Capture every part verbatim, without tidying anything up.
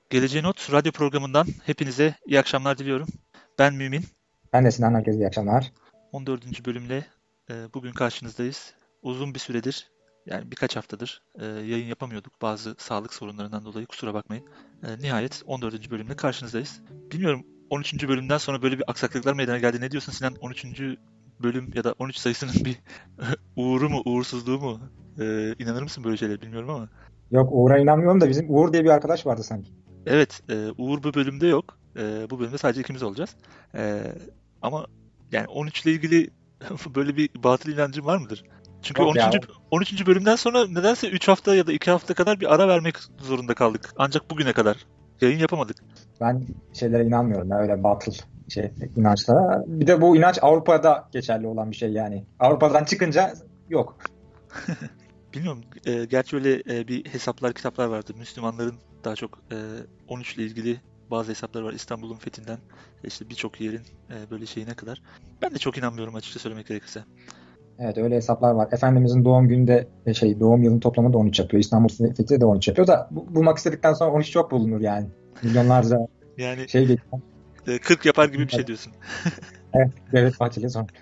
Geleceğe Not radyo programından hepinize iyi akşamlar diliyorum. Ben Mümin. Ben de Sinan, herkese iyi akşamlar. on dördüncü bölümle e, bugün karşınızdayız. Uzun bir süredir, yani birkaç haftadır e, yayın yapamıyorduk. Bazı sağlık sorunlarından dolayı kusura bakmayın. E, nihayet on dördüncü bölümle karşınızdayız. Bilmiyorum, on üçüncü bölümden sonra böyle bir aksaklıklar meydana geldi. Ne diyorsun Sinan? on üçüncü bölüm ya da on üç sayısının bir uğuru mu, uğursuzluğu mu? E, inanır mısın böyle şeyler bilmiyorum ama. Yok, Uğur'a inanmıyorum da bizim Uğur diye bir arkadaş vardı sanki. Evet, e, Uğur bu bölümde yok. E, bu bölümde sadece ikimiz olacağız. E, ama yani on üç ile ilgili böyle bir batıl inancın var mıdır? Çünkü Yok ya, 13. on üçüncü bölümden sonra nedense üç hafta ya da iki hafta kadar bir ara vermek zorunda kaldık. Ancak bugüne kadar yayın yapamadık. ben şeylere inanmıyorum ya, öyle batıl şey inançlara. Bir de bu inanç Avrupa'da geçerli olan bir şey yani. Avrupa'dan çıkınca yok. Bilmiyorum. E, gerçi öyle e, bir hesaplar, kitaplar vardı. Müslümanların daha çok e, on üç ile ilgili bazı hesaplar var. İstanbul'un fethinden işte birçok yerin e, böyle şeyine kadar. Ben de çok inanmıyorum açıkça söylemek gerekirse. Evet, öyle hesaplar var. Efendimizin doğum günde e, şey doğum yılının toplamı da on üç yapıyor. İstanbul Fethi de on üç yapıyor da bu, bulmak istedikten sonra on üç çok bulunur yani. Milyonlarca Yani şey geçiyor. e, kırk yapar gibi bir şey diyorsun. Evet, Devlet Bahçeli son.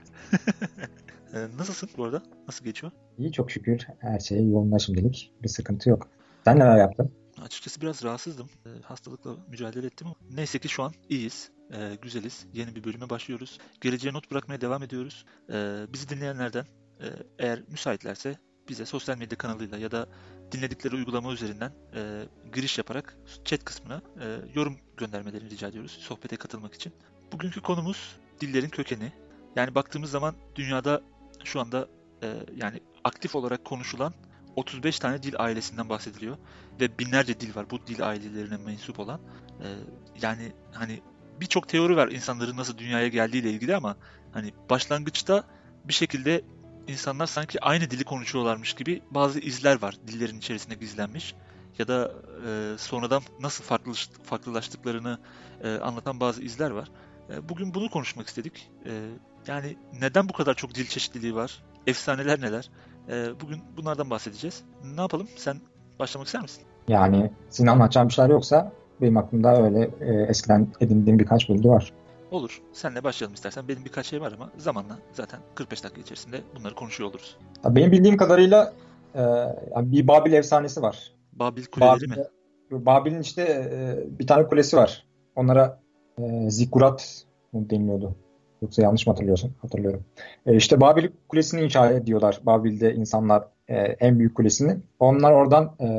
E, nasılsın bu arada? Nasıl geçiyor? İyi, çok şükür her şey yolunda şimdilik. Bir sıkıntı yok. Sen neler yaptın? Açıkçası biraz rahatsızdım. E, hastalıkla mücadele ettim ama neyse ki şu an iyiyiz. E, güzeliz. Yeni bir bölüme başlıyoruz. Geleceğe not bırakmaya devam ediyoruz. E, bizi dinleyenlerden e, eğer müsaitlerse bize sosyal medya kanalıyla ya da dinledikleri uygulama üzerinden e, giriş yaparak chat kısmına e, yorum göndermelerini rica ediyoruz sohbete katılmak için. Bugünkü konumuz dillerin kökeni. Yani baktığımız zaman dünyada şu anda e, yani aktif olarak konuşulan otuz beş tane dil ailesinden bahsediliyor ve binlerce dil var bu dil ailelerine mensup olan. Ee, yani hani birçok teori var insanların nasıl dünyaya geldiğiyle ilgili ama hani başlangıçta bir şekilde insanlar sanki aynı dili konuşuyorlarmış gibi bazı izler var dillerin içerisinde gizlenmiş ya da e, sonradan nasıl farklı farklılaştıklarını e, anlatan bazı izler var. E, bugün bunu konuşmak istedik. E, yani neden bu kadar çok dil çeşitliliği var? Efsaneler neler? E, bugün bunlardan bahsedeceğiz. Ne yapalım? Sen başlamak ister misin? Yani sizin anlatacağım bir şeyler yoksa benim aklımda öyle e, eskiden edindiğim birkaç bilgi var. Olur. Senle başlayalım istersen. Benim birkaç şey var ama zamanla zaten kırk beş dakika içerisinde bunları konuşuyor oluruz. Ya benim bildiğim kadarıyla e, yani bir Babil efsanesi var. Babil kuleleri mi? Babil'de, Babil'in işte e, bir tane kulesi var. Onlara e, zikkurat mı deniliyordu? Yoksa yanlış mı hatırlıyorsun? Hatırlıyorum. E, işte Babil Kulesi'ni inşa ediyorlar. Babil'de insanlar e, en büyük kulesini. Onlar oradan e,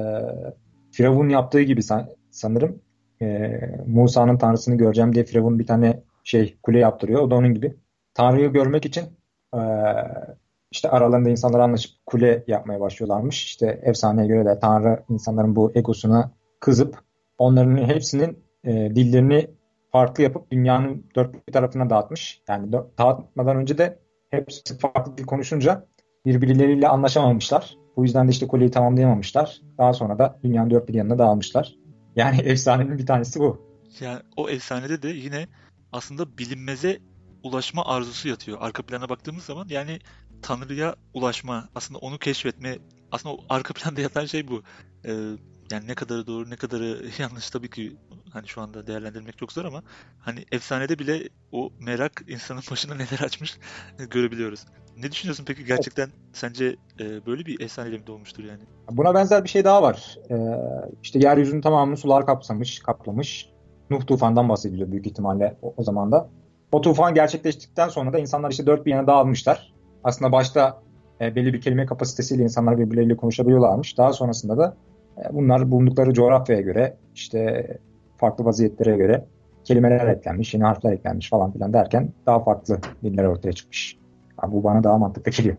Firavun yaptığı gibi san- sanırım e, Musa'nın tanrısını göreceğim diye Firavun bir tane şey kule yaptırıyor. O da onun gibi. Tanrı'yı görmek için e, işte aralarında insanlar anlaşıp kule yapmaya başlıyorlarmış. İşte efsaneye göre de Tanrı insanların bu egosuna kızıp onların hepsinin e, dillerini farklı yapıp dünyanın dört bir tarafına dağıtmış. Yani dö- dağıtmadan önce de hepsi farklı dil konuşunca birbirleriyle anlaşamamışlar. Bu yüzden de işte kuleyi tamamlayamamışlar. Daha sonra da dünyanın dört bir yanına dağılmışlar. Yani efsanenin bir tanesi bu. Yani o efsanede de yine aslında bilinmeze ulaşma arzusu yatıyor. Arka plana baktığımız zaman yani Tanrı'ya ulaşma, aslında onu keşfetme, aslında o arka planda yatan şey bu. Ee, yani ne kadarı doğru, ne kadarı yanlış tabii ki hani şu anda değerlendirmek çok zor ama hani efsanede bile o merak insanın başına neler açmış görebiliyoruz. Ne düşünüyorsun peki gerçekten sence e, böyle bir efsaneyle mi doğmuştur yani? Buna benzer bir şey daha var. Ee, işte yeryüzünün tamamını sular kapsamış, kaplamış. Nuh tufandan bahsediliyor büyük ihtimalle o, o zaman da. O tufan gerçekleştikten sonra da insanlar işte dört bir yana dağılmışlar. Aslında başta e, belli bir kelime kapasitesiyle insanlar birbirleriyle konuşabiliyorlarmış. Daha sonrasında da e, bunlar bulundukları coğrafyaya göre işte farklı vaziyetlere göre kelimeler eklenmiş, yeni harfler eklenmiş falan filan derken daha farklı diller ortaya çıkmış. Ha, bu bana daha mantıklı geliyor.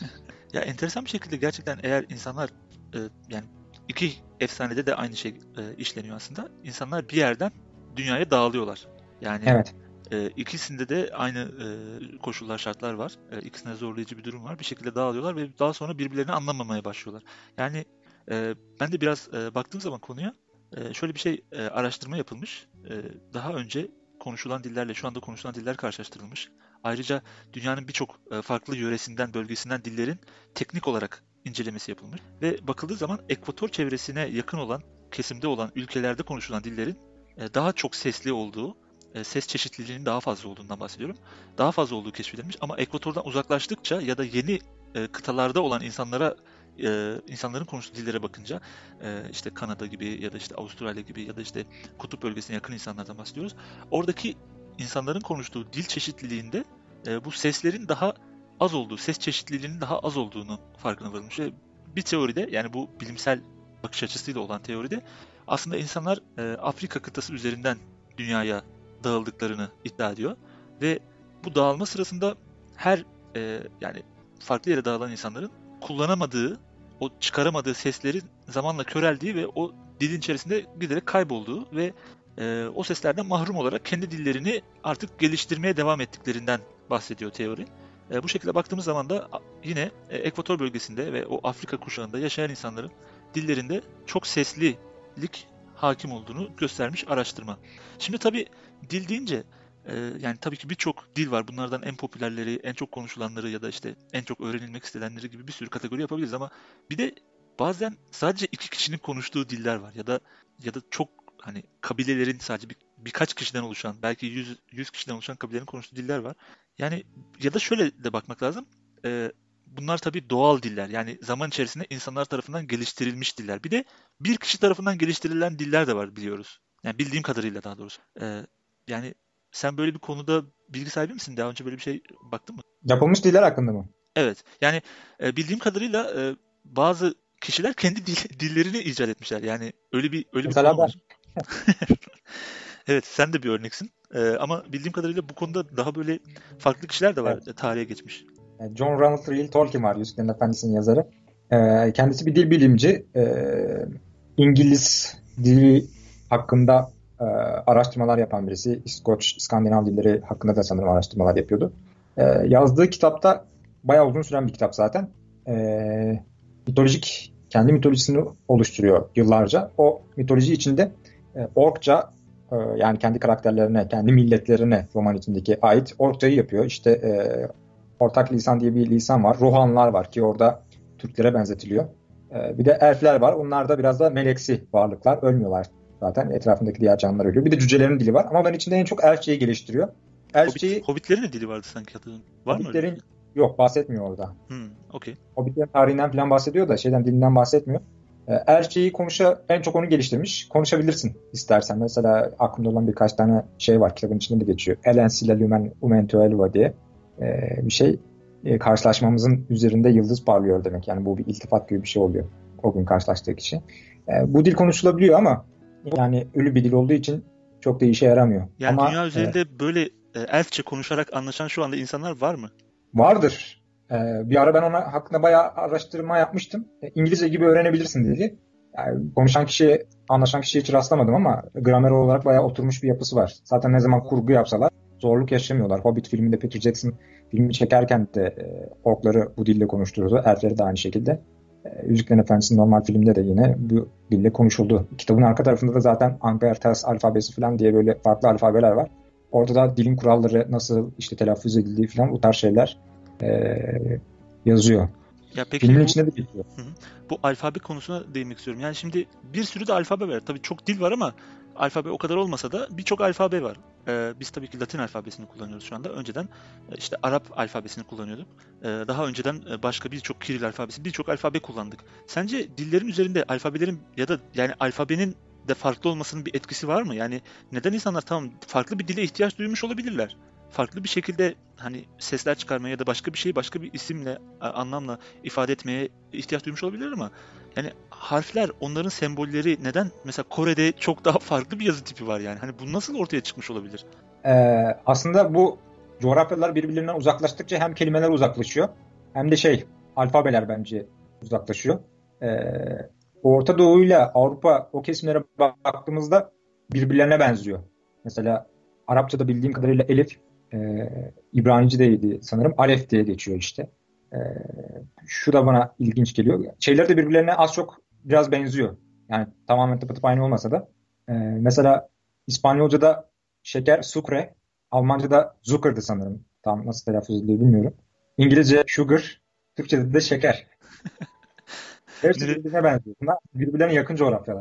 Ya enteresan bir şekilde gerçekten eğer insanlar e, yani iki efsanede de aynı şey e, işleniyor aslında. İnsanlar bir yerden dünyaya dağılıyorlar. Yani Evet. e, ikisinde de aynı e, koşullar, şartlar var. E, ikisinde zorlayıcı bir durum var. Bir şekilde dağılıyorlar ve daha sonra birbirlerini anlamamaya başlıyorlar. Yani e, ben de biraz e, baktığım zaman konuya e, şöyle bir şey e, araştırma yapılmış. E, daha önce konuşulan dillerle şu anda konuşulan diller karşılaştırılmış. Ayrıca dünyanın birçok e, farklı yöresinden, bölgesinden dillerin teknik olarak incelemesi yapılmış ve bakıldığı zaman ekvator çevresine yakın olan kesimde olan ülkelerde konuşulan dillerin e, daha çok sesli olduğu, e, ses çeşitliliğinin daha fazla olduğundan bahsediyorum. Daha fazla olduğu keşfedilmiş ama ekvatordan uzaklaştıkça ya da yeni e, kıtalarda olan insanlara e, insanların konuştuğu dillere bakınca e, işte Kanada gibi ya da işte Avustralya gibi ya da işte kutup bölgesine yakın insanlardan bahsediyoruz. Oradaki insanların konuştuğu dil çeşitliliğinde e, bu seslerin daha az olduğu, ses çeşitliliğinin daha az olduğunu farkına varılmış ve bir teoride, yani bu bilimsel bakış açısıyla olan teoride aslında insanlar e, Afrika kıtası üzerinden dünyaya dağıldıklarını iddia ediyor ve bu dağılma sırasında her e, yani farklı yere dağılan insanların kullanamadığı, o çıkaramadığı seslerin zamanla köreldiği ve o dilin içerisinde giderek kaybolduğu ve e, o seslerden mahrum olarak kendi dillerini artık geliştirmeye devam ettiklerinden bahsediyor teori. E, bu şekilde baktığımız zaman da yine e, Ekvator bölgesinde ve o Afrika kuşağında yaşayan insanların dillerinde çok seslilik hakim olduğunu göstermiş araştırma. Şimdi tabii dil deyince e, yani tabii ki birçok dil var. Bunlardan en popülerleri, en çok konuşulanları ya da işte en çok öğrenilmek istenenleri gibi bir sürü kategori yapabiliriz ama bir de bazen sadece iki kişinin konuştuğu diller var ya da ya da çok hani kabilelerin sadece bir, birkaç kişiden oluşan, belki yüz yüz kişiden oluşan kabilelerin konuştuğu diller var. Yani ya da şöyle de bakmak lazım. E, bunlar tabii doğal diller. Yani zaman içerisinde insanlar tarafından geliştirilmiş diller. Bir de bir kişi tarafından geliştirilen diller de var biliyoruz. Yani bildiğim kadarıyla daha doğrusu. E, yani sen böyle bir konuda bilgi sahibi misin? Daha önce böyle bir şey baktın mı? Yapılmış diller hakkında mı? Evet. Yani e, bildiğim kadarıyla e, bazı kişiler kendi dil, dillerini icat etmişler. Yani öyle bir öyle bir Mesela konu ben. var. Evet, sen de bir örneksin. E, ama bildiğim kadarıyla bu konuda daha böyle farklı kişiler de var, Evet. e, tarihe geçmiş. John Ronald Reuel Tolkien var, Yüzüklerin Efendisi'nin yazarı. Ee, kendisi bir dil bilimci. Ee, İngiliz dili hakkında e, araştırmalar yapan birisi. İskoç, İskandinav dilleri hakkında da sanırım araştırmalar yapıyordu. Ee, yazdığı kitapta bayağı uzun süren bir kitap zaten. Ee, mitolojik, kendi mitolojisini oluşturuyor yıllarca. O mitoloji içinde e, Orkça, e, yani kendi karakterlerine, kendi milletlerine roman içindeki ait Orkçayı yapıyor. İşte e, ortak lisan diye bir lisan var. Rohanlar var ki orada Türklere benzetiliyor. Ee, bir de elfler var. Onlar da biraz da meleksi varlıklar. Ölmüyorlar zaten. Etrafındaki diğer canlılar ölüyor. Bir de cücelerin dili var. Ama ben içinde en çok elfçeyi geliştiriyor. Elfçeyi... Hobbit, Hobbitlerin de dili vardı sanki, hatırlıyorum. Var mı öyle bir şey? Yok, bahsetmiyor orada. Hmm, okey. Hobbitlerin tarihinden falan bahsediyor da şeyden, dilinden bahsetmiyor. Ee, elfçeyi konuşa, en çok onu geliştirmiş. Konuşabilirsin istersen. Mesela aklımda olan birkaç tane şey var. Kitabın içinde de geçiyor. Elen sila lumen umentuelva diye ee, bir şey. Ee, karşılaşmamızın üzerinde yıldız parlıyor demek. Yani bu bir iltifat gibi bir şey oluyor o gün karşılaştığı kişi. Ee, bu dil konuşulabiliyor ama yani ölü bir dil olduğu için çok da işe yaramıyor. Yani ama, dünya üzerinde e, böyle e, elfçe konuşarak anlaşan şu anda insanlar var mı? Vardır. Ee, bir ara ben ona hakkında bayağı araştırma yapmıştım. E, İngilizce gibi öğrenebilirsin dedi. Yani konuşan kişiye, anlaşan kişiye hiç rastlamadım ama gramer olarak bayağı oturmuş bir yapısı var. Zaten ne zaman kurgu yapsalar zorluk yaşamıyorlar. Hobbit filminde Peter Jackson filmi çekerken de e, orkları bu dille konuşturdu. Elfleri de aynı şekilde. E, Yüzüklerin Efendisi'nin normal filmde de yine bu dille konuşuldu. Kitabın arka tarafında da zaten Angkor alfabesi falan diye böyle farklı alfabeler var. Orada da dilin kuralları nasıl işte telaffuz edildiği falan bu tarz şeyler e, yazıyor. Ya peki Filmin bu, içinde de geçiyor. hı hı. Bu alfabe konusuna değinmek istiyorum. Yani şimdi bir sürü de alfabe var. Tabii çok dil var ama alfabe o kadar olmasa da birçok alfabe var. Ee, biz tabii ki Latin alfabesini kullanıyoruz şu anda. Önceden e, işte Arap alfabesini kullanıyorduk. Ee, daha önceden e, başka birçok Kiril alfabesi, birçok alfabe kullandık. Sence dillerin üzerinde alfabelerin ya da yani alfabenin de farklı olmasının bir etkisi var mı? Yani neden insanlar tamam farklı bir dile ihtiyaç duymuş olabilirler? Farklı bir şekilde hani sesler çıkarmaya ya da başka bir şeyi başka bir isimle, a- anlamla ifade etmeye ihtiyaç duymuş olabilirler ama yani harfler, onların sembolleri neden mesela Kore'de çok daha farklı bir yazı tipi var yani. Hani bu nasıl ortaya çıkmış olabilir? Ee, aslında bu coğrafyalar birbirlerinden uzaklaştıkça hem kelimeler uzaklaşıyor hem de şey alfabeler bence uzaklaşıyor. Ee, Orta Doğu ile Avrupa o kesimlere baktığımızda birbirlerine benziyor. Mesela Arapçada bildiğim kadarıyla elif, e, İbranice'deydi sanırım, alef diye geçiyor işte. E, Şu da bana ilginç geliyor. Şeyler de birbirlerine az çok biraz benziyor. Yani tamamen tıpatıp aynı olmasa da. E, mesela İspanyolca'da şeker sucre, Almanca'da Zucker'dı sanırım. Tam nasıl telaffuz ediliyor bilmiyorum. İngilizce sugar, Türkçe'de de şeker. Hepsi Nere- birbirine benziyor. Bunlar birbirlerine yakın coğrafyalar.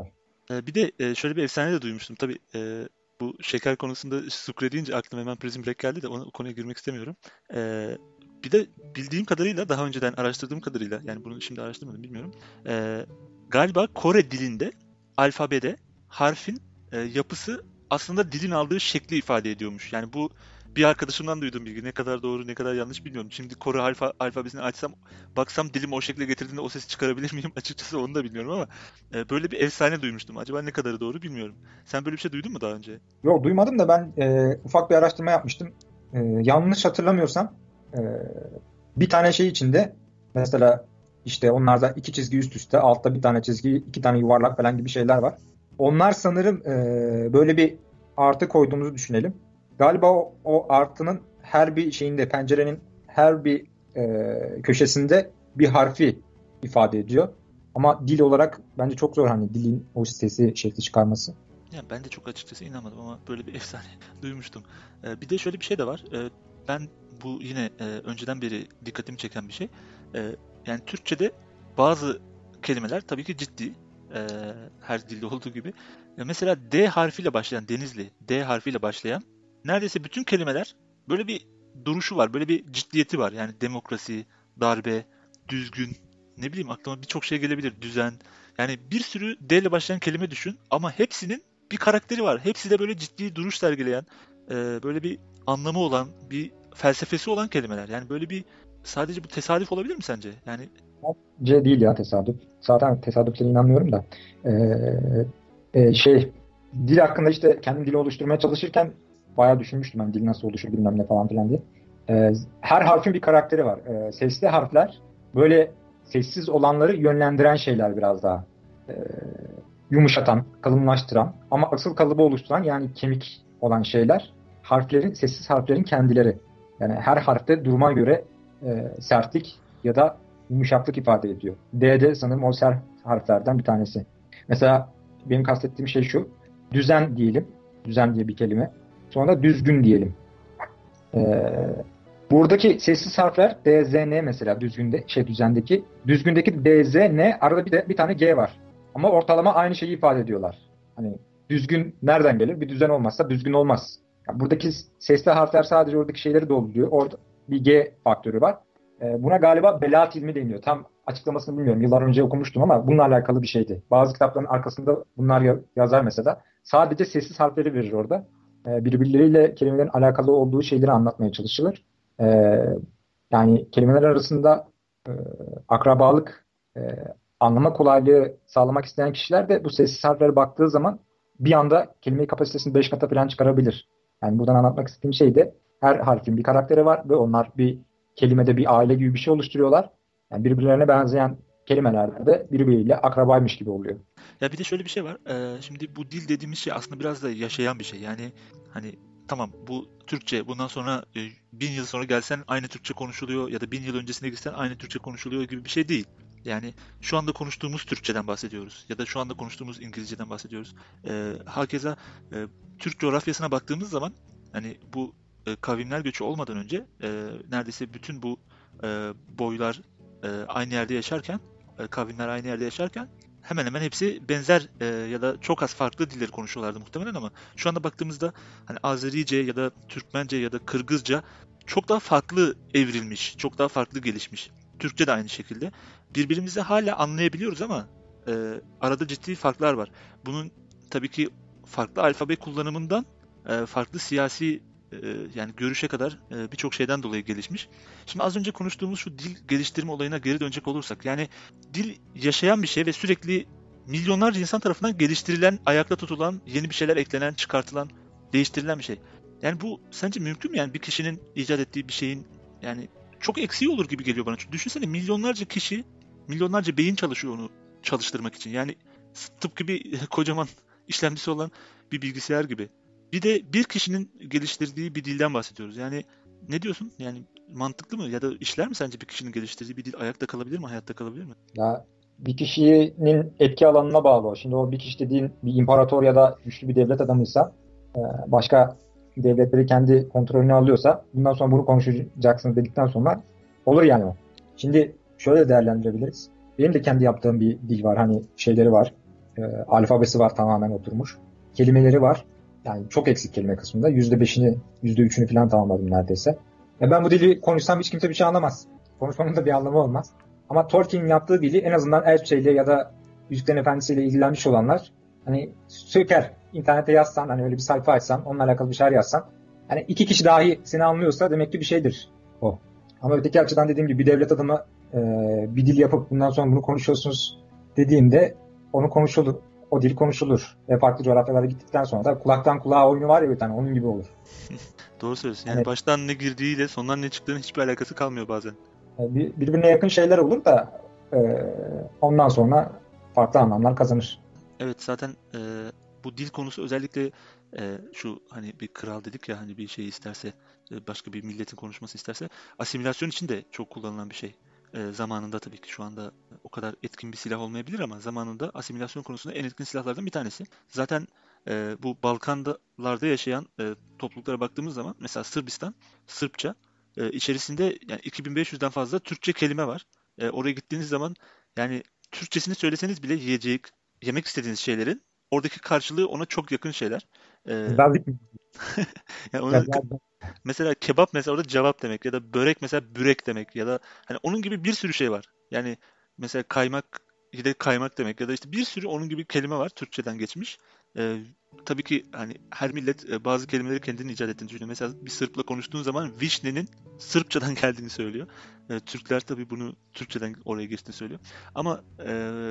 E, bir de e, şöyle bir efsane de duymuştum. Tabii e, bu şeker konusunda Sucre deyince aklıma hemen Prison Break geldi de ona, o konuya girmek istemiyorum. E, bir de bildiğim kadarıyla, daha önceden araştırdığım kadarıyla, yani bunu şimdi araştırmadım bilmiyorum. E, galiba Kore dilinde alfabede harfin e, yapısı aslında dilin aldığı şekli ifade ediyormuş. Yani bu bir arkadaşımdan duyduğum bilgi. Ne kadar doğru, ne kadar yanlış bilmiyorum. Şimdi Kore alfa, alfabesini açsam, baksam dilim o şekle getirdiğinde o sesi çıkarabilir miyim? Açıkçası onu da bilmiyorum ama e, böyle bir efsane duymuştum. Acaba ne kadarı doğru bilmiyorum. Sen böyle bir şey duydun mu daha önce? Yok, duymadım da ben e, ufak bir araştırma yapmıştım. E, yanlış hatırlamıyorsam e, bir tane şey içinde mesela işte onlarda iki çizgi üst üste, altta bir tane çizgi, iki tane yuvarlak falan gibi şeyler var. Onlar sanırım e, böyle bir artı koyduğumuzu düşünelim. Galiba o, o artının her bir şeyinde, pencerenin her bir e, köşesinde bir harfi ifade ediyor. Ama dil olarak bence çok zor, hani dilin o sesi, şekli çıkarması. Yani ben de çok açıkçası inanmadım ama böyle bir efsane duymuştum. E, bir de şöyle bir şey de var. E, ben bu yine e, önceden beri dikkatimi çeken bir şey. E, yani Türkçe'de bazı kelimeler tabii ki ciddi. E, her dilde olduğu gibi. E, mesela D harfiyle başlayan, Denizli, D harfiyle başlayan neredeyse bütün kelimeler böyle bir duruşu var. Böyle bir ciddiyeti var. Yani demokrasi, darbe, düzgün, ne bileyim aklıma birçok şey gelebilir. Düzen. Yani bir sürü D ile başlayan kelime düşün ama hepsinin bir karakteri var. Hepsi de böyle ciddi duruş sergileyen, e, böyle bir anlamı olan, bir felsefesi olan kelimeler. Yani böyle bir, sadece bu tesadüf olabilir mi sence? Yani C değil ya, tesadüf. Zaten tesadüflere inanmıyorum da. Ee, e, şey dil hakkında işte kendim dili oluşturmaya çalışırken bayağı düşünmüştüm. Ben dil nasıl oluşur bilmem ne falan filan diye. Ee, her harfin bir karakteri var. Ee, sesli harfler böyle sessiz olanları yönlendiren şeyler, biraz daha. Ee, yumuşatan, kalınlaştıran ama asıl kalıbı oluşturan, yani kemik olan şeyler harflerin, sessiz harflerin kendileri. Yani her harfte duruma göre e, sertlik ya da yumuşaklık ifade ediyor. D de sanırım o sert harflerden bir tanesi. Mesela benim kastettiğim şey şu. Düzen diyelim. Düzen diye bir kelime. Sonra düzgün diyelim. Ee, buradaki sessiz harfler D, Z, N mesela düzgünde, şey düzendeki. Düzgündeki D, Z, N, arada bir de bir tane G var. Ama ortalama aynı şeyi ifade ediyorlar. Hani düzgün nereden gelir? Bir düzen olmazsa düzgün olmaz. Yani buradaki sesli harfler sadece oradaki şeyleri dolduruyor. Orada bir G faktörü var. Ee, buna galiba belaat ilmi deniyor. Tam açıklamasını bilmiyorum. Yıllar önce okumuştum ama bununla alakalı bir şeydi. Bazı kitapların arkasında bunlar yazar mesela. Sadece sessiz harfleri verir orada. Ee, birbirleriyle kelimelerin alakalı olduğu şeyleri anlatmaya çalışılır. Ee, yani kelimeler arasında e, akrabalık, e, anlama kolaylığı sağlamak isteyen kişiler de bu sessiz harflere baktığı zaman bir anda kelime kapasitesini beş kata falan çıkarabilir. Yani buradan anlatmak istediğim şey de her harfin bir karakteri var ve onlar bir kelimede bir aile gibi bir şey oluşturuyorlar. Yani birbirlerine benzeyen kelimeler de birbiriyle akrabaymış gibi oluyor. ya bir de şöyle bir şey var. E, şimdi bu dil dediğimiz şey aslında biraz da yaşayan bir şey. Yani hani tamam, bu Türkçe, bundan sonra e, bin yıl sonra gelsen aynı Türkçe konuşuluyor ya da bin yıl öncesine gitsen aynı Türkçe konuşuluyor gibi bir şey değil. Yani şu anda konuştuğumuz Türkçeden bahsediyoruz ya da şu anda konuştuğumuz İngilizceden bahsediyoruz. E, hakeza e, Türk coğrafyasına baktığımız zaman hani bu e, kavimler göçü olmadan önce e, neredeyse bütün bu e, boylar e, aynı yerde yaşarken, e, kavimler aynı yerde yaşarken hemen hemen hepsi benzer e, ya da çok az farklı dilleri konuşuyorlardı muhtemelen ama şu anda baktığımızda hani Azerice ya da Türkmence ya da Kırgızca çok daha farklı evrilmiş, çok daha farklı gelişmiş. Türkçe de aynı şekilde. Birbirimizi hala anlayabiliyoruz ama e, arada ciddi farklar var. Bunun tabii ki farklı alfabe kullanımından e, farklı siyasi e, yani görüşe kadar e, birçok şeyden dolayı gelişmiş. Şimdi az önce konuştuğumuz şu dil geliştirme olayına geri dönecek olursak, yani dil yaşayan bir şey ve sürekli milyonlarca insan tarafından geliştirilen, ayakta tutulan, yeni bir şeyler eklenen, çıkartılan, değiştirilen bir şey. Yani bu sence mümkün mü? Yani bir kişinin icat ettiği bir şeyin yani çok eksiği olur gibi geliyor bana. Çünkü düşünsene, milyonlarca kişi, milyonlarca beyin çalışıyor onu çalıştırmak için. Yani tıpkı bir kocaman işlemcisi olan bir bilgisayar gibi. Bir de bir kişinin geliştirdiği bir dilden bahsediyoruz. Yani ne diyorsun? Yani mantıklı mı? Ya da işler mi sence bir kişinin geliştirdiği bir dil ayakta kalabilir mi? Hayatta kalabilir mi? Ya bir kişinin etki alanına bağlı o. Şimdi o bir kişi dediğin bir imparator ya da güçlü bir devlet adamıysa, e, başka devletleri kendi kontrolüne alıyorsa, bundan sonra bunu konuşacaksınız dedikten sonra olur yani o. Şimdi şöyle değerlendirebiliriz. Benim de kendi yaptığım bir dil var. Hani şeyleri var. E, alfabesi var, tamamen oturmuş. Kelimeleri var. Yani çok eksik kelime kısmında. yüzde beşini, yüzde üçünü falan tamamladım neredeyse. Ya ben bu dili konuşsam hiç kimse bir şey anlamaz. Konuşmanın da bir anlamı olmaz. Ama Tolkien'in yaptığı dili en azından Elfçeyle ya da Yüzüklerin Efendisi'yle ilgilenmiş olanlar hani söker. İnternete yazsan, hani öyle bir sayfa açsan, onunla alakalı bir şeyler yazsan, hani iki kişi dahi seni anlıyorsa demek ki bir şeydir o. Ama öteki açıdan dediğim gibi bir devlet adamı e, bir dil yapıp bundan sonra bunu konuşuyorsunuz dediğimde onu konuşulur. O dil konuşulur. Ve farklı coğrafyalara gittikten sonra da kulaktan kulağa oyunu var ya bir tane, onun gibi olur. Doğru söylüyorsun. Yani Yani baştan ne girdiğiyle sondan ne çıktığının hiçbir alakası kalmıyor bazen. bir, birbirine yakın şeyler olur da e, ondan sonra farklı anlamlar kazanır. Evet, zaten e, bu dil konusu özellikle e, şu hani bir kral dedik ya, hani bir şey isterse, e, başka bir milletin konuşması isterse asimilasyon için de çok kullanılan bir şey. E, zamanında tabii ki şu anda o kadar etkin bir silah olmayabilir ama zamanında asimilasyon konusunda en etkin silahlardan bir tanesi. Zaten e, bu Balkanlarda yaşayan e, topluluklara baktığımız zaman mesela Sırbistan, Sırpça, e, içerisinde yani iki bin beş yüzden fazla Türkçe kelime var. E, oraya gittiğiniz zaman yani Türkçesini söyleseniz bile yiyecek, yemek istediğiniz şeylerin oradaki karşılığı ona çok yakın şeyler. Ee, Gazik mi? yani ona, Gazik. mesela kebap mesela orada cevap demek ya da börek mesela bürek demek ya da hani onun gibi bir sürü şey var. Yani mesela kaymak ya da kaymak demek ya da işte bir sürü onun gibi kelime var Türkçeden geçmiş. Ee, tabii ki hani her millet e, bazı kelimeleri kendini icat ettiğini düşünüyor. Mesela bir Sırp'la konuştuğun zaman vişnenin Sırpçadan geldiğini söylüyor. Ee, Türkler tabii bunu Türkçeden oraya geçtiğini söylüyor. Ama e,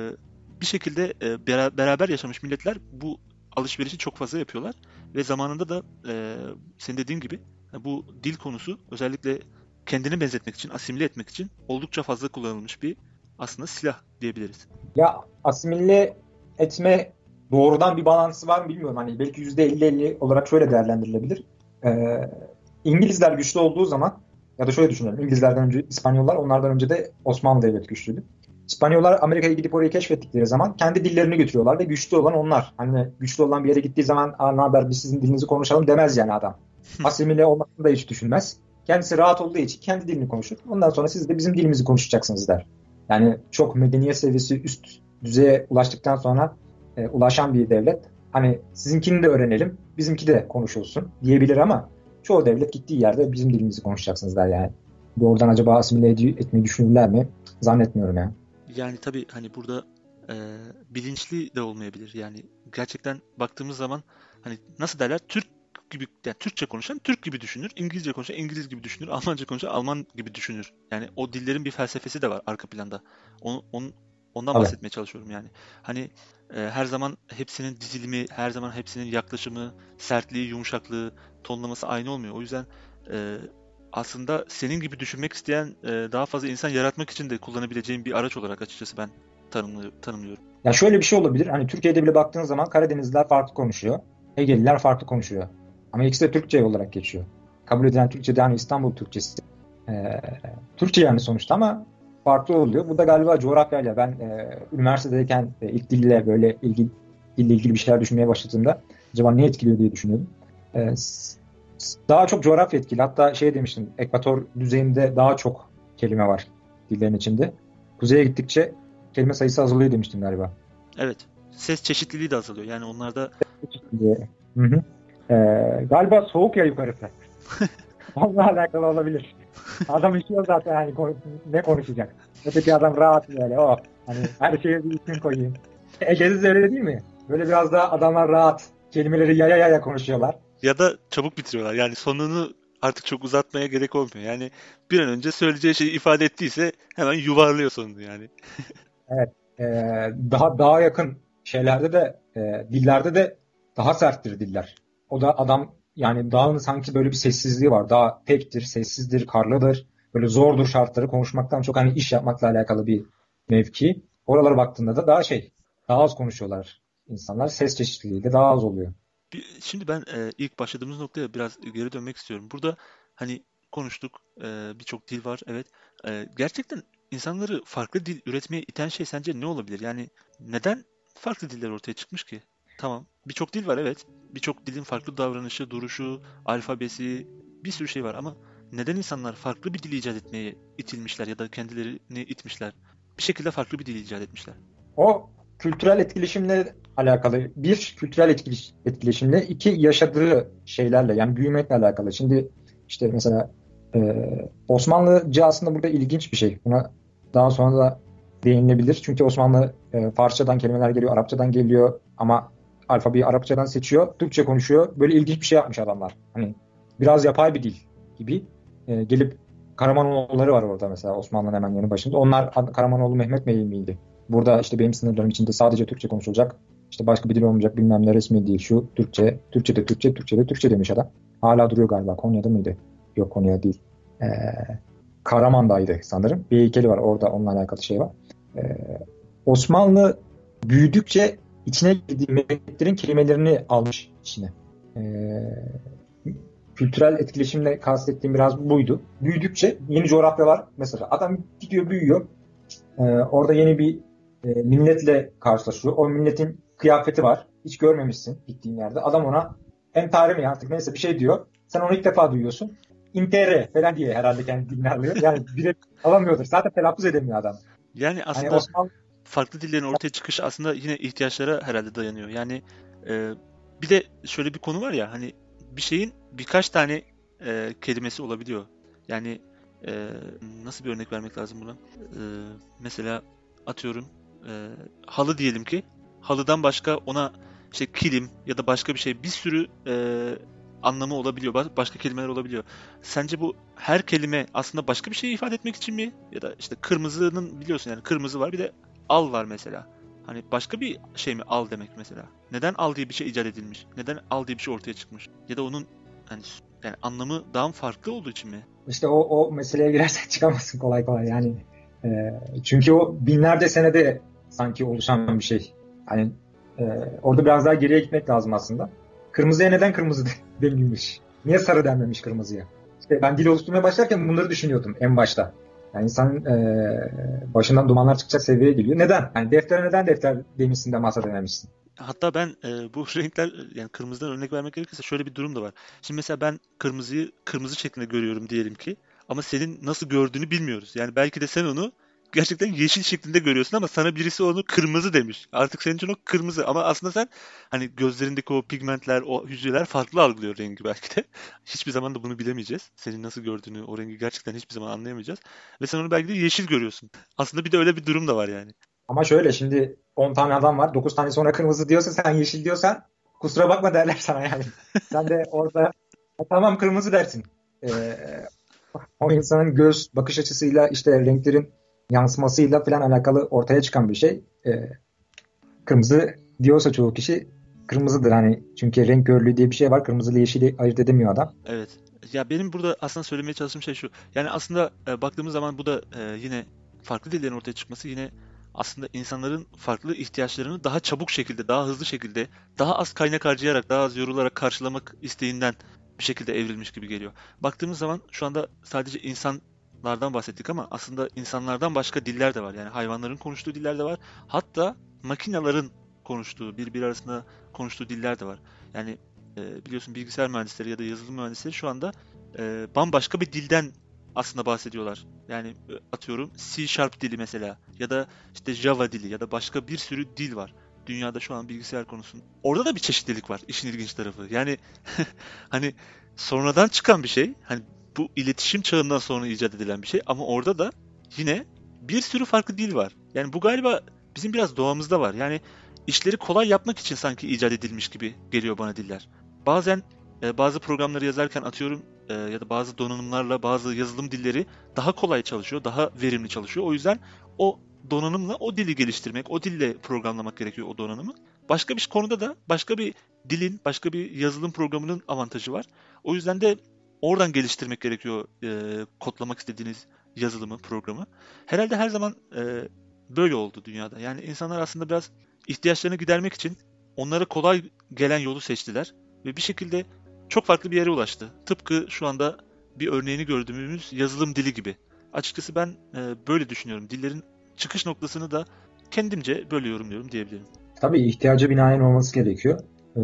bir şekilde e, bera- beraber yaşamış milletler bu alışverişi çok fazla yapıyorlar ve zamanında da e, senin dediğin gibi bu dil konusu özellikle kendini benzetmek için, asimile etmek için oldukça fazla kullanılmış bir aslında silah diyebiliriz. Ya asimile etme doğrudan bir balansı var mı bilmiyorum. Hani belki yüzde elli elli olarak şöyle değerlendirilebilir. Ee, İngilizler güçlü olduğu zaman, ya da şöyle düşünelim. İngilizlerden önce İspanyollar, onlardan önce de Osmanlı Devleti güçlüydü. İspanyollar Amerika'ya gidip orayı keşfettikleri zaman kendi dillerini götürüyorlar ve güçlü olan onlar. Hani güçlü olan bir yere gittiği zaman, "Aa, ne haber, biz sizin dilinizi konuşalım" demez yani adam. Asimile olmasını da hiç düşünmez. Kendisi rahat olduğu için kendi dilini konuşur. Ondan sonra siz de bizim dilimizi konuşacaksınız der. Yani çok medeniyet seviyesi üst düzeye ulaştıktan sonra e, ulaşan bir devlet, hani sizinkini de öğrenelim, bizimki de konuşulsun diyebilir ama çoğu devlet gittiği yerde bizim dilimizi konuşacaksınız der yani. Doğrudan acaba asimile ed- etmeyi düşünürler mi? Zannetmiyorum yani. Yani tabii hani burada e, bilinçli de olmayabilir. Yani gerçekten baktığımız zaman hani nasıl derler? Türk gibi, yani Türkçe konuşan Türk gibi düşünür, İngilizce konuşan İngiliz gibi düşünür, Almanca konuşan Alman gibi düşünür. Yani o dillerin bir felsefesi de var arka planda. Onu, onun, ondan Tabii. bahsetmeye çalışıyorum yani. Hani e, her zaman hepsinin dizilimi, her zaman hepsinin yaklaşımı, sertliği, yumuşaklığı, tonlaması aynı olmuyor. O yüzden e, aslında senin gibi düşünmek isteyen e, daha fazla insan yaratmak için de kullanabileceğin bir araç olarak açıkçası ben tanımlı, tanımlıyorum. Ya şöyle bir şey olabilir. Hani Türkiye'de bile baktığın zaman Karadenizliler farklı konuşuyor. Egeliler farklı konuşuyor. Ama ikisi de Türkçe olarak geçiyor. Kabul edilen Türkçe de hani İstanbul Türkçesi. Ee, Türkçe yani sonuçta ama farklı oluyor. Bu da galiba coğrafyayla. Ben e, üniversitedeyken e, ilk dille böyle ilgili, dille ilgili bir şeyler düşünmeye başladığımda acaba ne etkiliyor diye düşünüyordum. Ee, s- Daha çok coğrafya etkili. Hatta şey demiştim, ekvator düzeyinde daha çok kelime var dillerin içinde. Kuzeye gittikçe kelime sayısı azalıyor demiştim galiba. Evet. Ses çeşitliliği de azalıyor. Yani onlarda Diye. Hı hı. Ee, galiba soğuk ya yukarısı. Onunla alakalı olabilir. Adam üşüyor zaten, yani ko- ne konuşacak? Öteki adam rahat böyle, o hani her şeye bir isim koyayım. Ege'de de öyle değil mi? Böyle biraz daha adamlar rahat. Kelimeleri yaya yaya konuşuyorlar. ya da çabuk bitiriyorlar. Yani sonunu artık çok uzatmaya gerek olmuyor. Yani bir an önce söyleyeceği şeyi ifade ettiyse hemen yuvarlıyor sonunu yani. Evet. Ee, daha daha yakın şeylerde de e, dillerde de daha serttir diller. O da adam, yani dağın sanki böyle bir sessizliği var. Dağ tektir, sessizdir, karlıdır. Böyle zordur şartları konuşmaktan çok, hani iş yapmakla alakalı bir mevki. Oralara baktığında da daha şey, daha az konuşuyorlar insanlar. Ses çeşitliliği de daha az oluyor. Bir- Şimdi ben e, ilk başladığımız noktaya biraz geri dönmek istiyorum. Burada hani konuştuk, e, birçok dil var, evet. E, gerçekten insanları farklı dil üretmeye iten şey sence ne olabilir? Yani neden farklı diller ortaya çıkmış ki? Tamam, birçok dil var, evet. Birçok dilin farklı davranışı, duruşu, alfabesi, bir sürü şey var ama neden insanlar farklı bir dil icat etmeye itilmişler ya da kendilerini itmişler? Bir şekilde farklı bir dil icat etmişler. O kültürel etkileşimle alakalı. Bir, kültürel etkileş, etkileşimle. iki yaşadığı şeylerle, yani büyümekle alakalı. Şimdi işte mesela e, Osmanlıca aslında burada ilginç bir şey. Buna daha sonra da değinilebilir. Çünkü Osmanlı e, Farsçadan kelimeler geliyor, Arapçadan geliyor ama alfabeyi Arapçadan seçiyor, Türkçe konuşuyor. Böyle ilginç bir şey yapmış adamlar. Hani biraz yapay bir dil gibi. E, gelip Karamanoğulları var orada mesela, Osmanlı'nın hemen yanı başında. Onlar Karamanoğlu Mehmet Bey miydi? Burada işte benim sınırlarım içinde sadece Türkçe konuşulacak. İşte başka bir dil olmayacak, bilmem ne, resmi değil, şu Türkçe. Türkçe de Türkçe, Türkçe de Türkçe demiş adam. Hala duruyor galiba. Konya'da mıydı? Yok, Konya değil. Ee, Karaman'daydı sanırım. Bir heykeli var orada, onunla alakalı şey var. Ee, Osmanlı büyüdükçe içine girdiği medeniyetlerin kelimelerini almış içine. Ee, kültürel etkileşimle kastettiğim biraz buydu. Büyüdükçe yeni coğrafyalar, mesela adam gidiyor, büyüyor. Ee, orada yeni bir e, milletle karşılaşıyor. O milletin kıyafeti var. Hiç görmemişsin gittiğin yerde. Adam ona hem tarih mi artık neyse bir şey diyor. Sen onu ilk defa duyuyorsun. İntere falan diye herhalde kendi dilini alıyor. Yani bile alamıyordur. Zaten telaffuz edemiyor adam. Yani aslında hani Osmanlı... farklı dillerin ortaya çıkışı aslında yine ihtiyaçlara herhalde dayanıyor. Yani e, bir de şöyle bir konu var ya, hani bir şeyin birkaç tane e, kelimesi olabiliyor. Yani e, nasıl bir örnek vermek lazım buna? E, mesela atıyorum e, halı diyelim ki, halıdan başka ona işte kilim ya da başka bir şey, bir sürü e, anlamı olabiliyor. Başka kelimeler olabiliyor. Sence bu her kelime aslında başka bir şey ifade etmek için mi? Ya da işte kırmızının, biliyorsun yani kırmızı var, bir de al var mesela. Hani başka bir şey mi al demek mesela? Neden al diye bir şey icat edilmiş? Neden al diye bir şey ortaya çıkmış? Ya da onun hani, yani anlamı daha farklı olduğu için mi? İşte o, o meseleye girersen çıkamazsın kolay kolay yani. E, çünkü o binlerce senede sanki oluşan bir şey. Hani e, orada biraz daha geriye gitmek lazım aslında. Kırmızıya neden kırmızı denilmiş? Niye sarı denmemiş kırmızıya? İşte ben dil oluşturmaya başlarken bunları düşünüyordum en başta. Yani insanın e, başından dumanlar çıkacak seviyeye geliyor. Neden? Yani deftere neden defter demişsin de masa dememişsin? Hatta ben e, bu renkler, yani kırmızıdan örnek vermek gerekirse şöyle bir durum da var. Şimdi mesela ben kırmızıyı kırmızı şeklinde görüyorum diyelim ki, ama senin nasıl gördüğünü bilmiyoruz. Yani belki de sen onu gerçekten yeşil şeklinde görüyorsun ama sana birisi onu kırmızı demiş. Artık senin için o kırmızı, ama aslında sen hani gözlerindeki o pigmentler, o hücreler farklı algılıyor rengi belki de. Hiçbir zaman da bunu bilemeyeceğiz. Senin nasıl gördüğünü, o rengi gerçekten hiçbir zaman anlayamayacağız. Ve sen onu belki de yeşil görüyorsun. Aslında bir de öyle bir durum da var yani. Ama şöyle, şimdi on tane adam var. dokuz tane sonra kırmızı diyorsa, sen yeşil diyorsan kusura bakma derler sana yani. Sen de orada tamam kırmızı dersin. Ee, o insanın göz bakış açısıyla, işte renklerin yansımasıyla falan alakalı ortaya çıkan bir şey. Ee, kırmızı diyorsa çoğu kişi kırmızıdır hani, çünkü renk körlüğü diye bir şey var. Kırmızı ile yeşili ayırt edemiyor adam. Evet. Ya benim burada aslında söylemeye çalıştığım şey şu. Yani aslında e, baktığımız zaman bu da e, yine farklı dillerin ortaya çıkması, yine aslında insanların farklı ihtiyaçlarını daha çabuk şekilde, daha hızlı şekilde, daha az kaynak harcayarak, daha az yorularak karşılamak isteğinden bir şekilde evrilmiş gibi geliyor. Baktığımız zaman şu anda sadece insanlardan bahsettik ama aslında insanlardan başka diller de var. Yani hayvanların konuştuğu diller de var. Hatta makinelerin konuştuğu, birbiri arasında konuştuğu diller de var. Yani e, biliyorsun bilgisayar mühendisleri ya da yazılım mühendisleri şu anda e, bambaşka bir dilden aslında bahsediyorlar. Yani e, atıyorum C Sharp dili mesela, ya da işte Java dili, ya da başka bir sürü dil var dünyada şu an bilgisayar konusunda. Orada da bir çeşitlilik var, işin ilginç tarafı. Yani hani sonradan çıkan bir şey, hani bu iletişim çağından sonra icat edilen bir şey, ama orada da yine bir sürü farklı dil var. Yani bu galiba bizim biraz doğamızda var. Yani işleri kolay yapmak için sanki icat edilmiş gibi geliyor bana diller. Bazen e, bazı programları yazarken atıyorum e, ya da bazı donanımlarla bazı yazılım dilleri daha kolay çalışıyor, daha verimli çalışıyor. O yüzden o donanımla o dili geliştirmek, o dille programlamak gerekiyor o donanımı. Başka bir konuda da başka bir dilin, başka bir yazılım programının avantajı var. O yüzden de oradan geliştirmek gerekiyor e, kodlamak istediğiniz yazılımı, programı. Herhalde her zaman e, böyle oldu dünyada. Yani insanlar aslında biraz ihtiyaçlarını gidermek için onlara kolay gelen yolu seçtiler ve bir şekilde çok farklı bir yere ulaştı. Tıpkı şu anda bir örneğini gördüğümüz yazılım dili gibi. Açıkçası ben e, böyle düşünüyorum. Dillerin çıkış noktasını da kendimce böyle yorumluyorum diyebilirim. Tabii ihtiyaca binaen olması gerekiyor. Ee,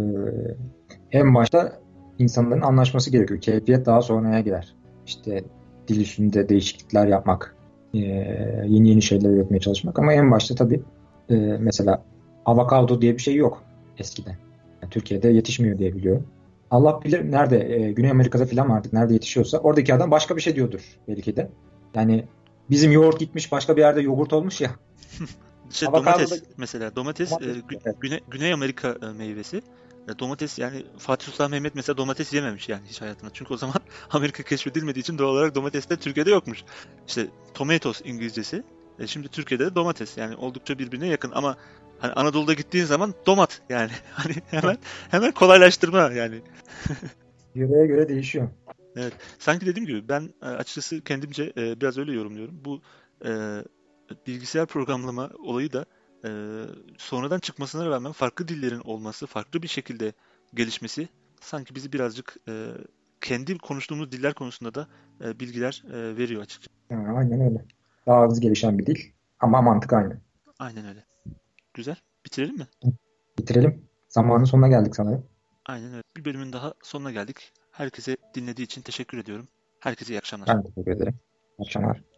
en başta insanların anlaşması gerekiyor. Keyfiyet daha sonraya gider. İşte dil üstünde değişiklikler yapmak, e, yeni yeni şeyler üretmeye çalışmak. Ama en başta tabii e, mesela avokado diye bir şey yok eskiden. Yani Türkiye'de yetişmiyor diye biliyorum. Allah bilir nerede, e, Güney Amerika'da falan mı artık nerede yetişiyorsa oradaki adam başka bir şey diyordur belki de. Yani bizim yoğurt gitmiş başka bir yerde yoğurt olmuş ya. İşte Avokado da domates mesela domates, e, domates. Gü- Evet. Güney, Güney Amerika e, meyvesi. E, domates yani Fatih Sultan Mehmet mesela domates yememiş yani hiç hayatında. Çünkü o zaman Amerika keşfedilmediği için doğal olarak domates de Türkiye'de yokmuş. İşte tomatoes İngilizcesi. E, şimdi Türkiye'de de domates yani oldukça birbirine yakın ama hani Anadolu'da gittiğin zaman domat yani hani hemen hemen kolaylaştırma yani. Yöreye göre değişiyor. Evet. Sanki dediğim gibi ben e, açıkçası kendimce e, biraz öyle yorumluyorum. Bu e, bilgisayar programlama olayı da e, sonradan çıkmasına rağmen farklı dillerin olması, farklı bir şekilde gelişmesi sanki bizi birazcık e, kendi konuştuğumuz diller konusunda da e, bilgiler e, veriyor açıkçası. Ha, aynen öyle. Daha hızlı gelişen bir dil ama mantık aynı. Aynen öyle. Güzel. Bitirelim mi? Bitirelim. Zamanın sonuna geldik sanırım. Aynen öyle. Bir bölümün daha sonuna geldik. Herkese dinlediği için teşekkür ediyorum. Herkese iyi akşamlar. Ben teşekkür ederim. İyi akşamlar.